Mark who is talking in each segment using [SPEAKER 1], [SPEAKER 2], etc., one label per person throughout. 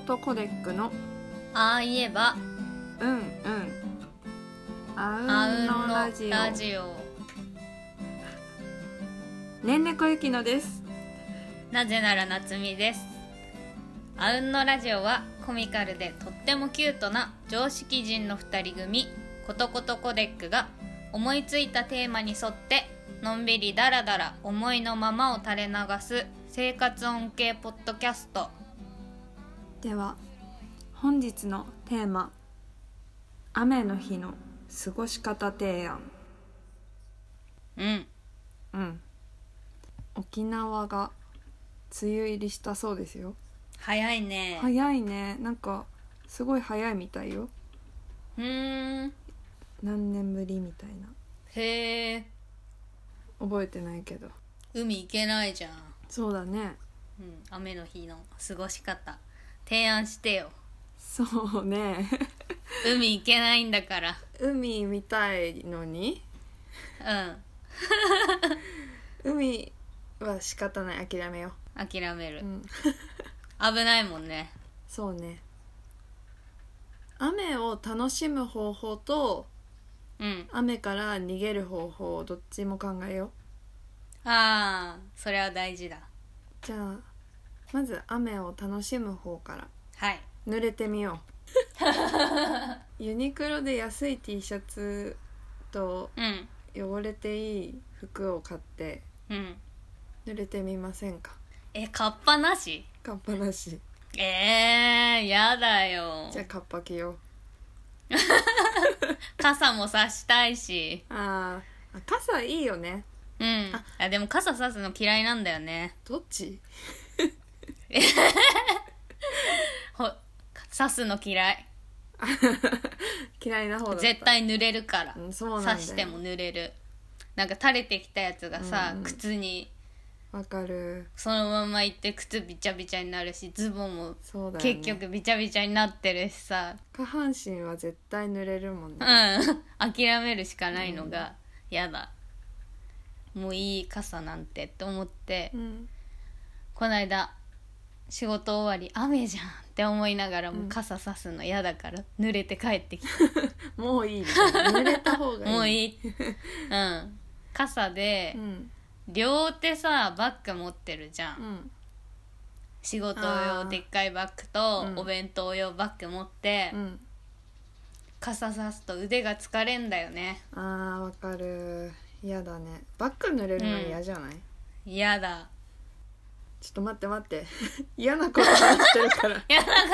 [SPEAKER 1] ことコデックの
[SPEAKER 2] ああ言えば
[SPEAKER 1] あうん
[SPEAKER 2] あうん
[SPEAKER 1] の
[SPEAKER 2] の
[SPEAKER 1] ラジオねんねこゆきのです。
[SPEAKER 2] なぜなら夏美です。あうんのラジオはコミカルでとってもキュートな常識人の2人組ことことコデックが思いついたテーマに沿ってのんびりだらだら思いのままを垂れ流す生活音系ポッドキャスト。
[SPEAKER 1] では本日のテーマ、雨の日の過ごし方提案。沖縄が梅雨入りしたそうですよ。
[SPEAKER 2] 早いね。
[SPEAKER 1] 早いね。なんかすごい早いみたいよ。何年ぶりみたいな。
[SPEAKER 2] へえ。
[SPEAKER 1] 覚えてないけど。
[SPEAKER 2] 海行けないじゃん。
[SPEAKER 1] そうだね。
[SPEAKER 2] 雨の日の過ごし方提案してよ。
[SPEAKER 1] そうね。
[SPEAKER 2] 海行けないんだから。
[SPEAKER 1] 海見たいのに海は仕方ない。諦めよ
[SPEAKER 2] 諦める、
[SPEAKER 1] う。
[SPEAKER 2] 危ないもんね。
[SPEAKER 1] そうね。雨を楽しむ方法と雨から逃げる方法、どっちも考えよ
[SPEAKER 2] ああ、それは大事だ。
[SPEAKER 1] う。じゃあまず雨を楽しむ方から。
[SPEAKER 2] はい。
[SPEAKER 1] 濡れてみよう。ユニクロで安い T シャツと汚れていい服を買って濡れてみませんか？
[SPEAKER 2] カッパなし？
[SPEAKER 1] カッパなし。
[SPEAKER 2] やだよ。
[SPEAKER 1] じゃあカッパ着よう。
[SPEAKER 2] 傘も差したいし。
[SPEAKER 1] 傘いいよね。
[SPEAKER 2] でも傘差すの嫌いなんだよね。
[SPEAKER 1] どっち？
[SPEAKER 2] 差すの嫌い。
[SPEAKER 1] 嫌いな方だった。
[SPEAKER 2] 絶対濡れるから、
[SPEAKER 1] そうなんだよ。
[SPEAKER 2] 差しても濡れる。なんか垂れてきたやつがさ、靴に
[SPEAKER 1] わかる。
[SPEAKER 2] そのまま行って靴びちゃびちゃになるし、ズボンも
[SPEAKER 1] そうだよね、
[SPEAKER 2] 結局びちゃびちゃになってるしさ。
[SPEAKER 1] 下半身は絶対濡れるもんね。
[SPEAKER 2] 諦めるしかないのがやだ、もういい傘なんてって思って、この間仕事終わり雨じゃんって思いながらも傘さすの嫌だから濡れて帰ってきた。
[SPEAKER 1] もういいみたいな。濡れた方がいい。
[SPEAKER 2] もういい。傘で、両手さバッグ持ってるじゃん、仕事用でっかいバッグとお弁当用バッグ持って、傘さすと腕が疲れんだよね。
[SPEAKER 1] わかる。嫌だね。バッグ濡れるの嫌じゃない？
[SPEAKER 2] 嫌だ。
[SPEAKER 1] ちょっと待って嫌なこと話してるから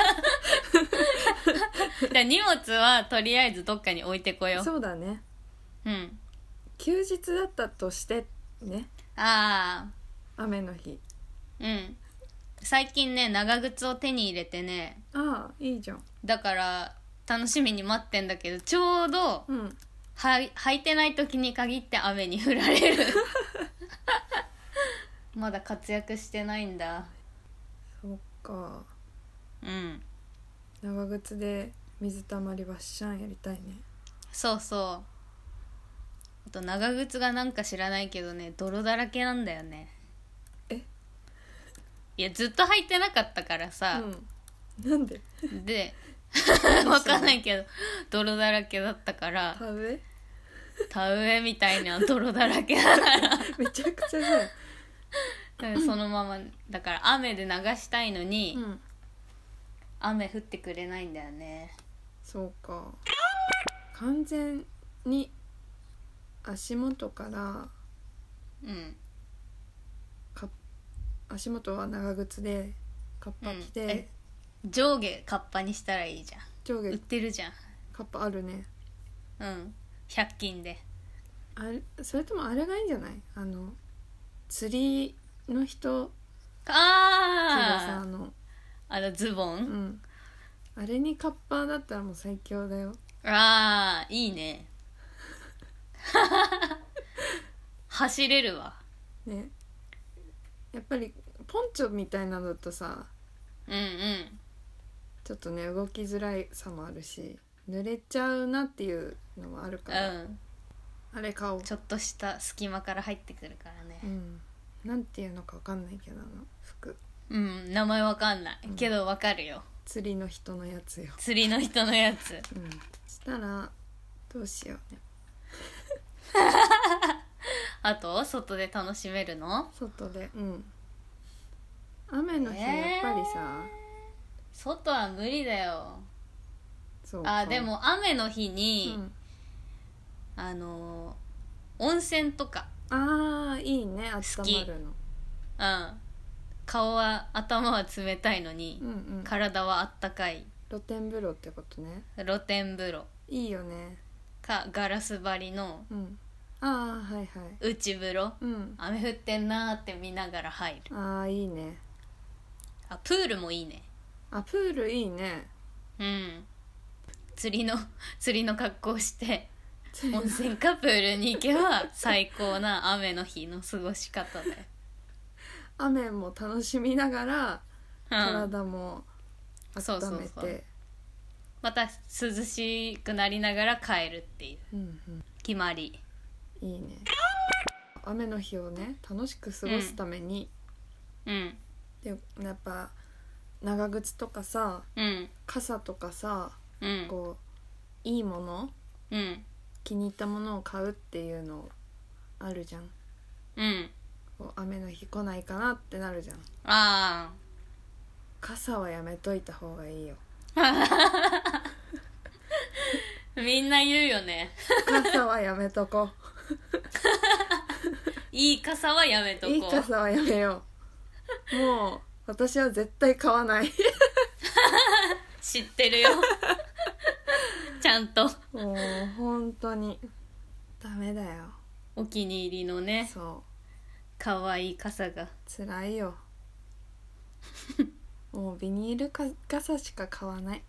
[SPEAKER 2] じゃあ荷物はとりあえずどっかに置いてこよう。
[SPEAKER 1] そうだね。休日だったとしてね。雨の日。
[SPEAKER 2] 最近ね長靴を手に入れてね。
[SPEAKER 1] いいじゃん。
[SPEAKER 2] だから楽しみに待ってんだけど、ちょうど、履いてない時に限って雨に降られる。まだ活躍してないんだ。
[SPEAKER 1] そっか。長靴で水たまりワッシャンやりたいね。
[SPEAKER 2] そうそう。あと長靴がなんか知らないけどね、泥だらけなんだよね。いやずっと履いてなかったからさ、
[SPEAKER 1] なんで？
[SPEAKER 2] でわかんないけど泥だらけだったから、田植えみたいな泥だらけだから
[SPEAKER 1] めちゃくちゃだよ。
[SPEAKER 2] そのままだから雨で流したいのに、雨降ってくれないんだよね。
[SPEAKER 1] そうか。完全に足元から足元は長靴でカッパ着て、
[SPEAKER 2] 上下カッパにしたらいいじゃん。
[SPEAKER 1] 上下
[SPEAKER 2] 売ってるじゃん。
[SPEAKER 1] カッパあるね。
[SPEAKER 2] 100均で。
[SPEAKER 1] それともあれがいいんじゃない？釣りの人
[SPEAKER 2] ズボン、
[SPEAKER 1] あれにカッパだったらもう最強だよ。
[SPEAKER 2] いいね。走れるわ
[SPEAKER 1] ね。やっぱりポンチョみたいなのだとさ、ちょっとね動きづらいさもあるし、濡れちゃうなっていうのもあるから、あれ買おう。
[SPEAKER 2] ちょっとした隙間から入ってくるからね。
[SPEAKER 1] なんていうのか分かんないけど服。
[SPEAKER 2] 名前わかんない、けどわかるよ。
[SPEAKER 1] 釣りの人のやつよ。
[SPEAKER 2] 釣りの人のやつ。
[SPEAKER 1] したらどうしようね。
[SPEAKER 2] あと外で楽しめるの？
[SPEAKER 1] 外で。雨の日やっぱりさ、
[SPEAKER 2] 外は無理だよ。
[SPEAKER 1] そうか。
[SPEAKER 2] でも雨の日に、温泉とか
[SPEAKER 1] いいね、温まるの。
[SPEAKER 2] 頭は冷たいのに、体はあったかい
[SPEAKER 1] 露天風呂ってことね。
[SPEAKER 2] 露天風呂
[SPEAKER 1] いいよね。
[SPEAKER 2] かガラス張りの
[SPEAKER 1] はいはい、
[SPEAKER 2] 内風呂、雨降ってんなーって見ながら入る。
[SPEAKER 1] いいね。
[SPEAKER 2] プールもいいね。
[SPEAKER 1] プールいいね。
[SPEAKER 2] 釣りの格好して温泉かプールに行けば最高な雨の日の過ごし方だよ。
[SPEAKER 1] 雨も楽しみながら、体も温めて、
[SPEAKER 2] また涼しくなりながら帰るっていう、決まり。
[SPEAKER 1] いいね。雨の日をね楽しく過ごすために、でやっぱ長靴とかさ、傘とかさ、こういいもの、気に入ったものを買うっていうのあるじゃん。こう雨の日来ないかなってなるじゃん。傘はやめといた方がいいよ。
[SPEAKER 2] みんな言うよね。
[SPEAKER 1] 傘はやめとこ。
[SPEAKER 2] いい傘はやめとこう。
[SPEAKER 1] いい傘はやめよう。もう私は絶対買わない。
[SPEAKER 2] 知ってるよ。ちゃんと
[SPEAKER 1] もう本当にダメだよ。
[SPEAKER 2] お気に入りのね、かわいい傘が
[SPEAKER 1] 辛いよ。もうビニール傘しか買わない。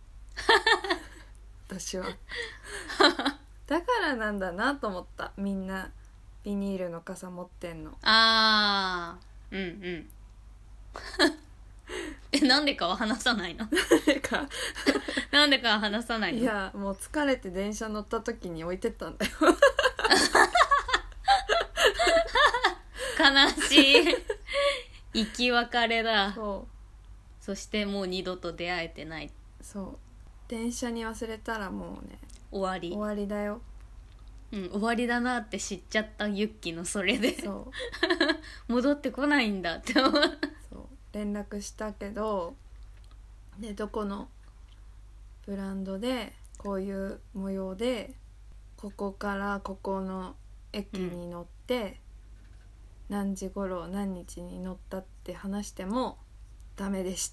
[SPEAKER 1] 私は。だからなんだなと思った。みんなビニールの傘持ってんの。
[SPEAKER 2] なんでかは話さないの？なんでかは話さないの？
[SPEAKER 1] いやもう疲れて電車乗った時に置いてったんだよ。
[SPEAKER 2] 悲しい。生き別れだ。
[SPEAKER 1] そ
[SPEAKER 2] してもう二度と出会えてない。
[SPEAKER 1] 電車に忘れたらもうね
[SPEAKER 2] 終わり
[SPEAKER 1] だよ。
[SPEAKER 2] 終わりだなって知っちゃったユッキーのそれで戻ってこないんだって思う。
[SPEAKER 1] 連絡したけど、でどこのブランドでこういう模様でここからここの駅に乗って、何時頃何日に乗ったって話してもダメでした。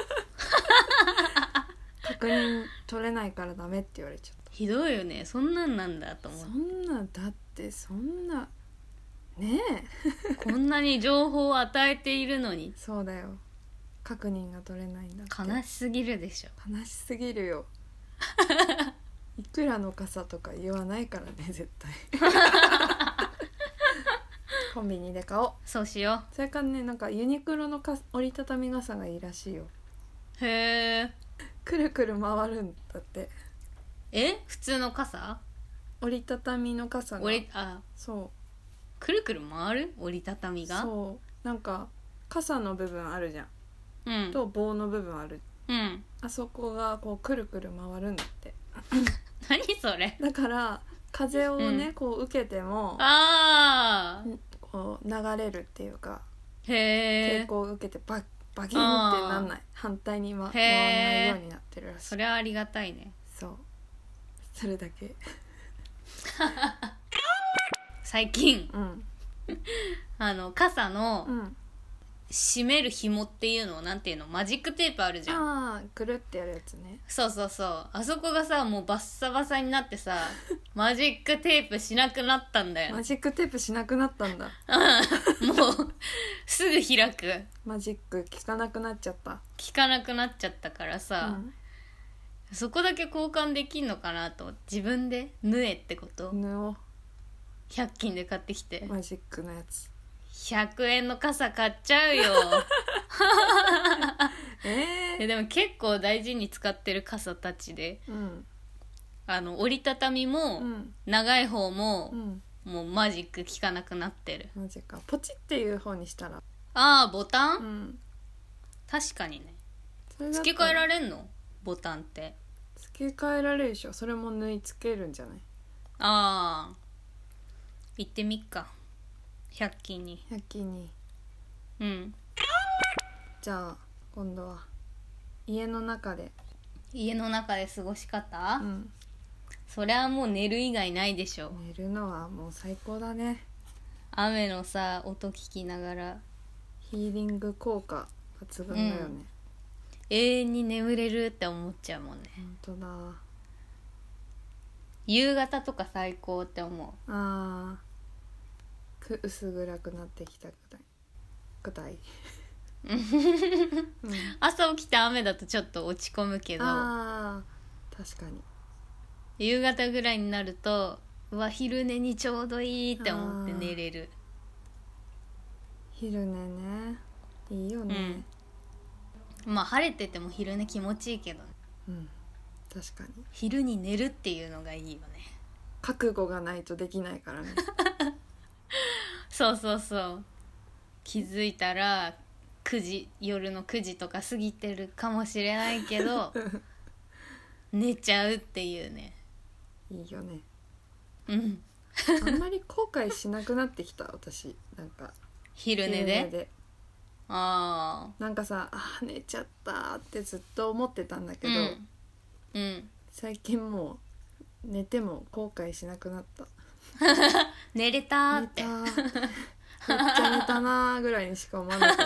[SPEAKER 1] 確認取れないからダメって言われちゃった。
[SPEAKER 2] ひどいよね。そんなんなんだと思う。
[SPEAKER 1] だってそんなね
[SPEAKER 2] え。こんなに情報を与えているのに。
[SPEAKER 1] そうだよ。確認が取れないんだって。
[SPEAKER 2] 悲しすぎるでしょ。
[SPEAKER 1] 悲しすぎるよ。いくらの傘とか言わないからね絶対。コンビニで買おう。
[SPEAKER 2] そうしよ
[SPEAKER 1] う。それからね、なんかユニクロの折りたたみ傘がいいらしいよ。
[SPEAKER 2] へえ。
[SPEAKER 1] くるくる回るんだって。
[SPEAKER 2] 普通の傘？
[SPEAKER 1] 折りたたみの傘が。そう。
[SPEAKER 2] くるくる回る？折りたたみが？
[SPEAKER 1] なんか傘の部分あるじゃん。と棒の部分ある。あそこがこうくるくる回るんだって。
[SPEAKER 2] 何それ？
[SPEAKER 1] だから風をね、こう受けてもこう流れるっていうか、抵抗を受けてバキンってなんない、反対に回らないようになってるらしい。
[SPEAKER 2] それはありがたいね。
[SPEAKER 1] それだけ。
[SPEAKER 2] 最近、傘の締める紐っていうのをなんていうの、マジックテープあるじゃ
[SPEAKER 1] ん。くるってやるやつね。
[SPEAKER 2] そうあそこがさもうバッサバサになってさマジックテープしなくなったんだよ。
[SPEAKER 1] マジックテープしなくなったんだ。
[SPEAKER 2] もうすぐ開く。
[SPEAKER 1] マジック効かなくなっちゃった
[SPEAKER 2] からさ、そこだけ交換できんのかなと。自分で縫えってこと？
[SPEAKER 1] 縫おう。
[SPEAKER 2] 100均で買ってきて
[SPEAKER 1] マジックのやつ。
[SPEAKER 2] 100円の傘買っちゃうよ。でも結構大事に使ってる傘たちで、折りたたみも、長い方も、もうマジック効かなくなってる。
[SPEAKER 1] マジか。ポチっていう方にしたら。
[SPEAKER 2] ボタン、確かにね。 付け替えられんの？ボタンって
[SPEAKER 1] 付け替えられるでしょ。それも縫い付けるんじゃない？
[SPEAKER 2] ああ、行ってみっか、100均に。
[SPEAKER 1] 100均に。
[SPEAKER 2] うん。
[SPEAKER 1] じゃあ今度は家の中で
[SPEAKER 2] 過ごし方、
[SPEAKER 1] うん、
[SPEAKER 2] そりゃもう寝る以外ないでしょ。
[SPEAKER 1] 寝るのはもう最高だね。
[SPEAKER 2] 雨のさ音聞きながら。
[SPEAKER 1] ヒーリング効果抜群だよね、
[SPEAKER 2] 永遠に眠れるって思っちゃうもんね。
[SPEAKER 1] ほんとだ。
[SPEAKER 2] 夕方とか最高って思う。
[SPEAKER 1] 薄暗くなってきたくらい
[SPEAKER 2] 朝起きて雨だとちょっと落ち込むけど、
[SPEAKER 1] 確かに
[SPEAKER 2] 夕方ぐらいになると昼寝にちょうどいいって思って寝れる。
[SPEAKER 1] 昼寝ね、いいよね、
[SPEAKER 2] まあ晴れてても昼寝気持ちいいけどね。
[SPEAKER 1] 確かに
[SPEAKER 2] 昼に寝るっていうのがいいよね。
[SPEAKER 1] 覚悟がないとできないからね
[SPEAKER 2] そうそうそう、気づいたら夜の9時とか過ぎてるかもしれないけど寝ちゃうっていうね。
[SPEAKER 1] いいよね。
[SPEAKER 2] あ
[SPEAKER 1] んまり後悔しなくなってきた私。なんか
[SPEAKER 2] 昼寝で
[SPEAKER 1] なんかさ、寝ちゃったってずっと思ってたんだけど、最近もう寝ても後悔しなくなった。
[SPEAKER 2] 寝れたって
[SPEAKER 1] めっちゃ寝たなぐらいにしか思わなか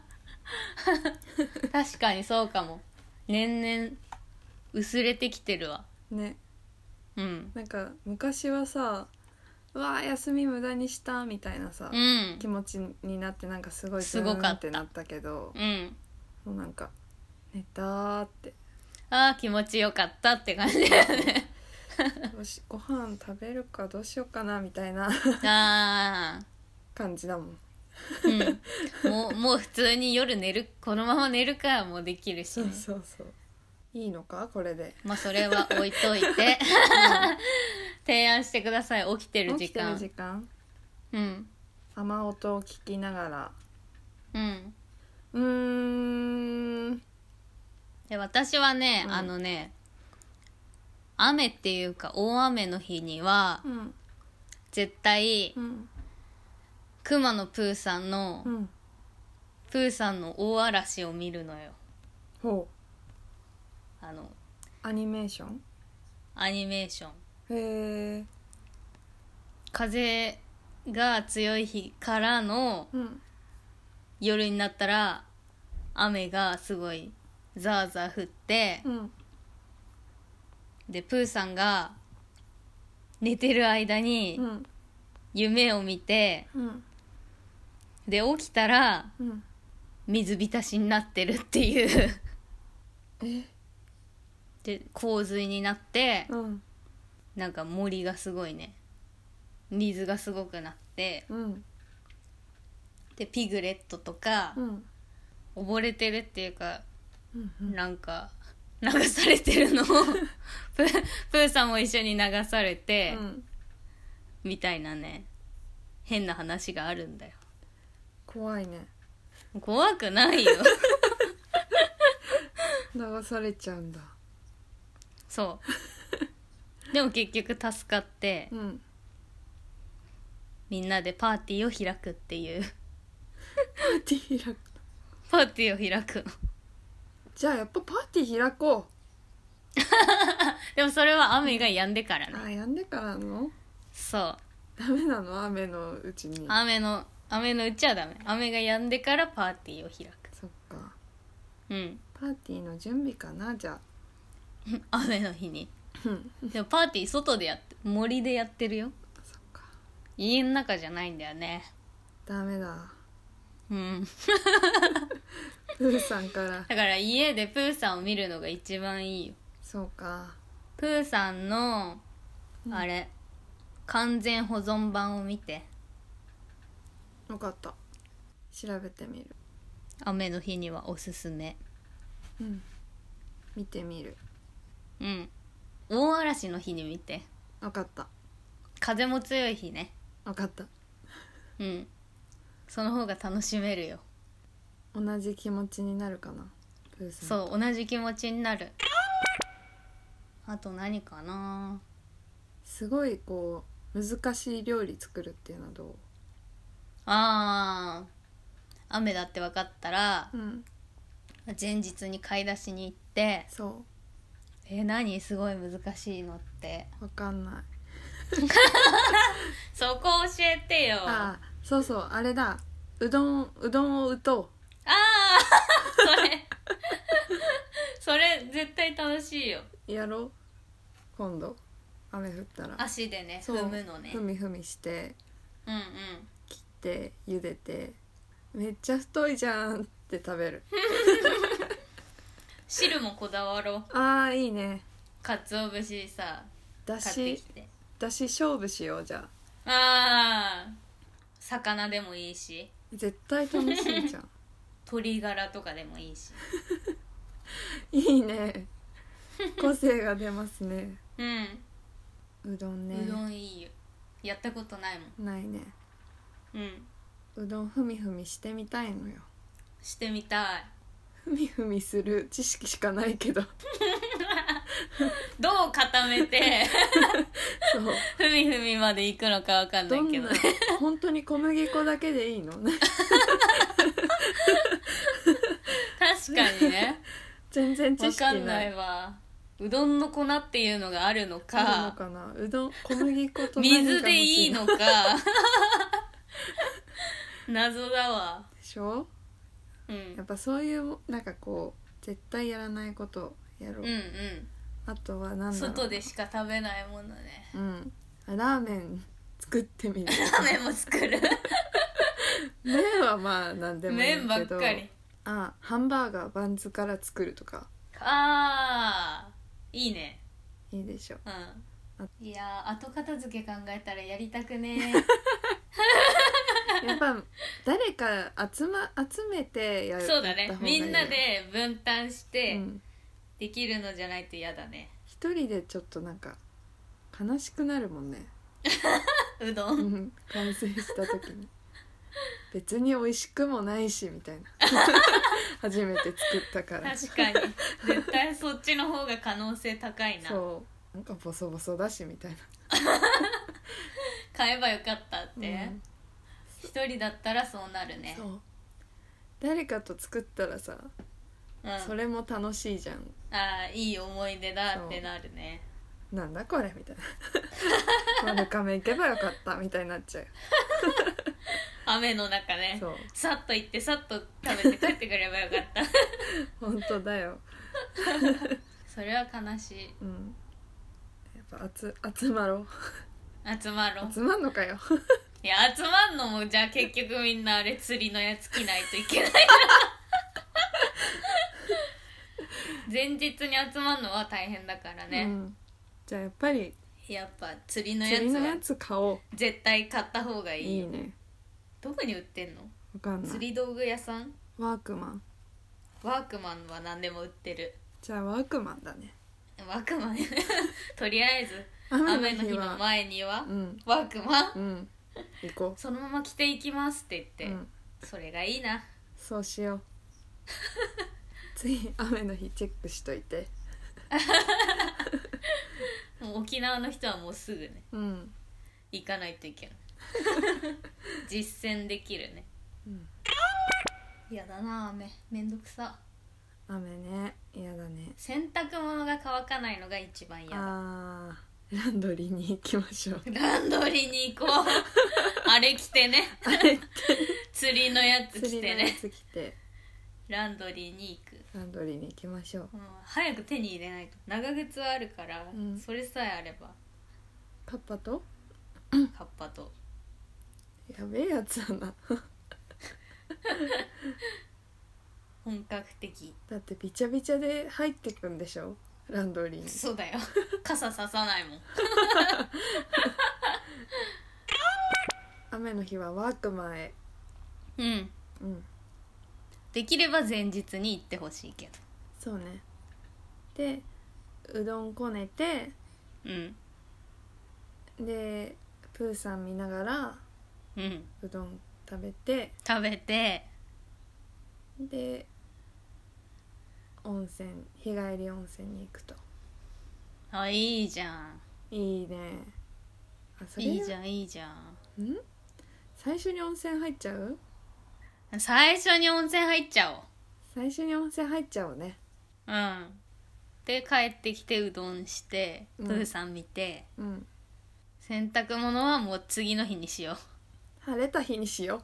[SPEAKER 1] った
[SPEAKER 2] 確かにそうかも。年々薄れてきてるわ
[SPEAKER 1] ね。なんか昔はさ、うわー休み無駄にしたみたいなさ、気持ちになって、なんかすごいズーンってなったけど、もうなんか寝たーって、
[SPEAKER 2] 気持ちよかったって感じだよね
[SPEAKER 1] ご飯食べるかどうしようかなみたいな感じだもん。
[SPEAKER 2] もう普通に夜このまま寝るかもできるし、ね、
[SPEAKER 1] そういいのかこれで。
[SPEAKER 2] まあそれは置いといて提案してください。起きてる時間。雨
[SPEAKER 1] 音を聞きながら。
[SPEAKER 2] で私はね、雨っていうか大雨の日には、絶対、くまのプーさんの、プーさんの大嵐を見るのよ。
[SPEAKER 1] ほう。アニメーション。へえ。
[SPEAKER 2] 風が強い日からの、夜になったら雨がすごいザーザー降って、でプーさんが寝てる間に夢を見て、で起きたら、水浸しになってるっていうで洪水になって、なんか森がすごいね、水がすごくなって、でピグレットとか、溺れてるっていうか、なんか流されてるのをプーさんも一緒に流されて、みたいなね、変な話があるんだよ。
[SPEAKER 1] 怖いね。
[SPEAKER 2] 怖くないよ
[SPEAKER 1] 流されちゃうんだ。
[SPEAKER 2] そうでも結局助かって、みんなでパーティーを開くっていうパーティーを開くの。
[SPEAKER 1] じゃあやっぱパーティー開こう
[SPEAKER 2] でもそれは雨が止んでからね。
[SPEAKER 1] 止んでからの？
[SPEAKER 2] そう
[SPEAKER 1] ダメなの？雨のうちに。
[SPEAKER 2] 雨のうちはダメ。雨が止んでからパーティーを開く。
[SPEAKER 1] そっか。パーティーの準備かな、じゃ
[SPEAKER 2] あ雨の日にでもパーティー外で森でやってるよ。
[SPEAKER 1] そっか。
[SPEAKER 2] 家の中じゃないんだよね。
[SPEAKER 1] ダメだ。
[SPEAKER 2] プ
[SPEAKER 1] ーさんから
[SPEAKER 2] だから家でプーさんを見るのが一番いいよ。
[SPEAKER 1] そうか。
[SPEAKER 2] プーさんのあれ、完全保存版を見て。
[SPEAKER 1] 分かった、調べてみる。
[SPEAKER 2] 雨の日にはおすすめ。
[SPEAKER 1] 見てみる。
[SPEAKER 2] 大嵐の日に見て。
[SPEAKER 1] 分かった。
[SPEAKER 2] 風も強い日ね。
[SPEAKER 1] 分かった。
[SPEAKER 2] その方が楽しめるよ。
[SPEAKER 1] 同じ気持ちになるかな、ププーさん
[SPEAKER 2] そう同じ気持ちになる。あと何かな。
[SPEAKER 1] すごいこう難しい料理作るっていうのはどう？
[SPEAKER 2] 雨だって分かったら、前日に買い出しに行って。
[SPEAKER 1] そう
[SPEAKER 2] 何すごい難しいのって。
[SPEAKER 1] 分かんない。
[SPEAKER 2] そこ教えてよ。
[SPEAKER 1] そうそうあれだ、うどんを打とう。
[SPEAKER 2] それ絶対楽しいよ。
[SPEAKER 1] やろう今度雨降ったら。
[SPEAKER 2] 足でね踏むのね。
[SPEAKER 1] ふみふみして切
[SPEAKER 2] っ
[SPEAKER 1] て茹でて、めっちゃ太いじゃんって食べる。
[SPEAKER 2] 汁もこだわろ
[SPEAKER 1] う。いいね。
[SPEAKER 2] かつお節さ
[SPEAKER 1] だし勝負しよう。じゃ
[SPEAKER 2] 魚でもいいし
[SPEAKER 1] 絶対楽しいじゃん。
[SPEAKER 2] 鶏ガラとかでもいいし。
[SPEAKER 1] いいね。個性が出ますね。うどんね。
[SPEAKER 2] うどんいいよ。やったことないも
[SPEAKER 1] ん。ないね。うどんふみふみしてみたいのよ。
[SPEAKER 2] してみたい。
[SPEAKER 1] ふみふみする知識しかないけど。
[SPEAKER 2] どう固めて
[SPEAKER 1] そう
[SPEAKER 2] ふみふみまで行くのかわかんないけどね。
[SPEAKER 1] 本当に小麦粉だけでいいの？確
[SPEAKER 2] かにね。
[SPEAKER 1] 全然知識ない。
[SPEAKER 2] わかんないわ。うどんの粉っていうのがあるのか。
[SPEAKER 1] あるのかな。小麦粉と
[SPEAKER 2] 水でいいのか。謎だわ。
[SPEAKER 1] でしょ？やっぱそういうなんかこう絶対やらないことをやろう。あとはなんだろう。
[SPEAKER 2] 外でしか食べないものね。
[SPEAKER 1] ラーメン作ってみる。
[SPEAKER 2] ラーメンも作る。
[SPEAKER 1] 麺はまあ何でもいいけど。
[SPEAKER 2] 麺ばっかり。
[SPEAKER 1] ハンバーガーバンズから作るとか。
[SPEAKER 2] いいね。
[SPEAKER 1] いいでしょ。
[SPEAKER 2] いや後片付け考えたらやりたくね。
[SPEAKER 1] やっぱ誰か集めてやる。
[SPEAKER 2] そうだね。みんなで分担してできるのじゃないと嫌だね。
[SPEAKER 1] 一人でちょっとなんか悲しくなるもんね。
[SPEAKER 2] うどん
[SPEAKER 1] 完成した時に別に美味しくもないしみたいな。初めて作ったから。
[SPEAKER 2] 確かに絶対そっちの方が可能性高いな。
[SPEAKER 1] そうなんかボソボソだしみたいな。
[SPEAKER 2] 買えばよかったって、一人だったらそうなるね。
[SPEAKER 1] そう誰かと作ったらさ、それも楽しいじゃん。
[SPEAKER 2] いい思い出だってなるね。
[SPEAKER 1] なんだこれみたいな。丸亀行けばよかったみたいになっちゃう。
[SPEAKER 2] 雨の中ね。さっと行ってさっと食べて帰ってくればよかった。
[SPEAKER 1] 本当だよ。
[SPEAKER 2] それは悲しい。
[SPEAKER 1] やっぱ集まろう。集まんのかよ。
[SPEAKER 2] いや集まんのもじゃあ結局みんなあれ釣りのやつ着ないといけない。前日に集まるのは大変だからね。
[SPEAKER 1] じゃあやっぱり
[SPEAKER 2] 釣りのやつ
[SPEAKER 1] 買おう。
[SPEAKER 2] 絶対買った方がいいよ。
[SPEAKER 1] いいね。
[SPEAKER 2] どこに売ってんの？
[SPEAKER 1] わかんない。
[SPEAKER 2] 釣り道具屋さん？
[SPEAKER 1] ワークマン
[SPEAKER 2] は何でも売ってる。
[SPEAKER 1] じゃあワークマンだね。
[SPEAKER 2] ワークマン。とりあえず雨の日の前にはワークマン、
[SPEAKER 1] 行こう。
[SPEAKER 2] そのまま着ていきますって言って、それがいいな。
[SPEAKER 1] そうしよう。次雨の日チェックしといて。
[SPEAKER 2] もう沖縄の人はもうすぐね、行かないといけない。実践できるね。やだな雨、めんどくさ。
[SPEAKER 1] 雨ね、やだね。
[SPEAKER 2] 洗濯物が乾かないのが一番嫌だ。
[SPEAKER 1] ランドリーに行きましょう。
[SPEAKER 2] ランドリーに行こう。あれ着てね。釣りのやつ着てね。ランドリーに行く。
[SPEAKER 1] ランドリーに行きましょう。
[SPEAKER 2] 早く手に入れないと。長靴はあるから、それさえあれば。
[SPEAKER 1] カッパとやべえやつだな。
[SPEAKER 2] 本格的
[SPEAKER 1] だってビチャビチャで入ってくんでしょ、ランドリーに。
[SPEAKER 2] そうだよ。傘ささないもん。
[SPEAKER 1] 雨の日はワークマンへ。
[SPEAKER 2] できれば前日に行ってほしいけど。
[SPEAKER 1] そうね。でうどんこねて、でプーさん見ながら、うどん食べて
[SPEAKER 2] で
[SPEAKER 1] 温泉、日帰り温泉に行くと。
[SPEAKER 2] あ、いいじゃん。
[SPEAKER 1] いいね。
[SPEAKER 2] それいいじゃんいいじゃん。
[SPEAKER 1] 最初に温泉入っちゃう？
[SPEAKER 2] 最初に温泉入っちゃおう。
[SPEAKER 1] 最初に温泉入っちゃおうね。
[SPEAKER 2] で帰ってきてうどんしてプーさん見て、洗濯物はもう次の日にしよう。
[SPEAKER 1] 晴れた日にしよう。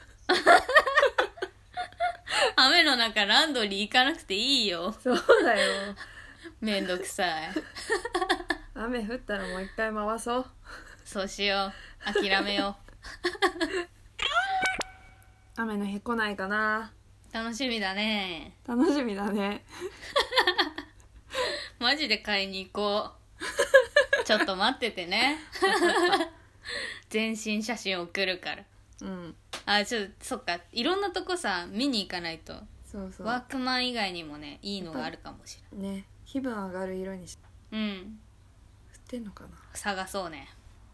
[SPEAKER 2] 雨の中ランドリー行かなくていいよ。
[SPEAKER 1] そうだよ。
[SPEAKER 2] めんどくさい。
[SPEAKER 1] 雨降ったらもう一回回そう。
[SPEAKER 2] そうしよう。諦めよう。
[SPEAKER 1] 雨の日来ないかな。
[SPEAKER 2] 楽しみだね。
[SPEAKER 1] 楽しみだね。
[SPEAKER 2] マジで買いに行こう。ちょっと待っててね。全身写真送るから。そっか、いろんなとこさ見に行かないと。
[SPEAKER 1] そうそう。
[SPEAKER 2] ワークマン以外にもね、いいのがあるかもしれない
[SPEAKER 1] ね。気分上がる色にし。振ってんのかな。
[SPEAKER 2] 探そうね。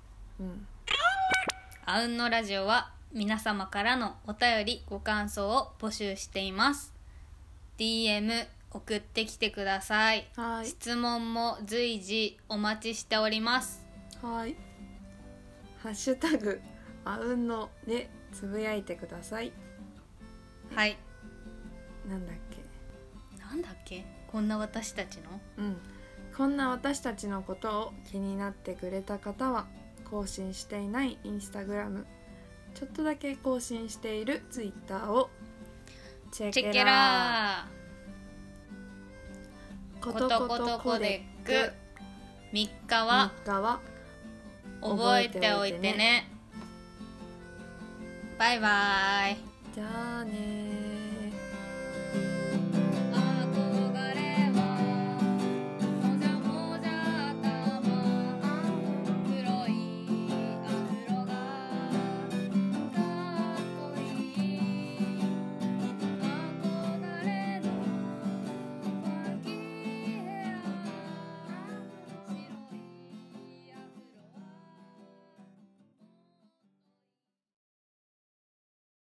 [SPEAKER 2] あうんのラジオは皆様からのお便りご感想を募集しています。 DM 送ってきてください。質問も随時お待ちしております。
[SPEAKER 1] はい。ハッシュタグあうんのでつぶやいてください。
[SPEAKER 2] はい。
[SPEAKER 1] なんだっけ
[SPEAKER 2] こんな私たちの
[SPEAKER 1] こんな私たちのことを気になってくれた方は、更新していないインスタグラム、ちょっとだけ更新しているツイッターをチェケラー。
[SPEAKER 2] ことことコデック3日は覚えておいてね。バイバイ。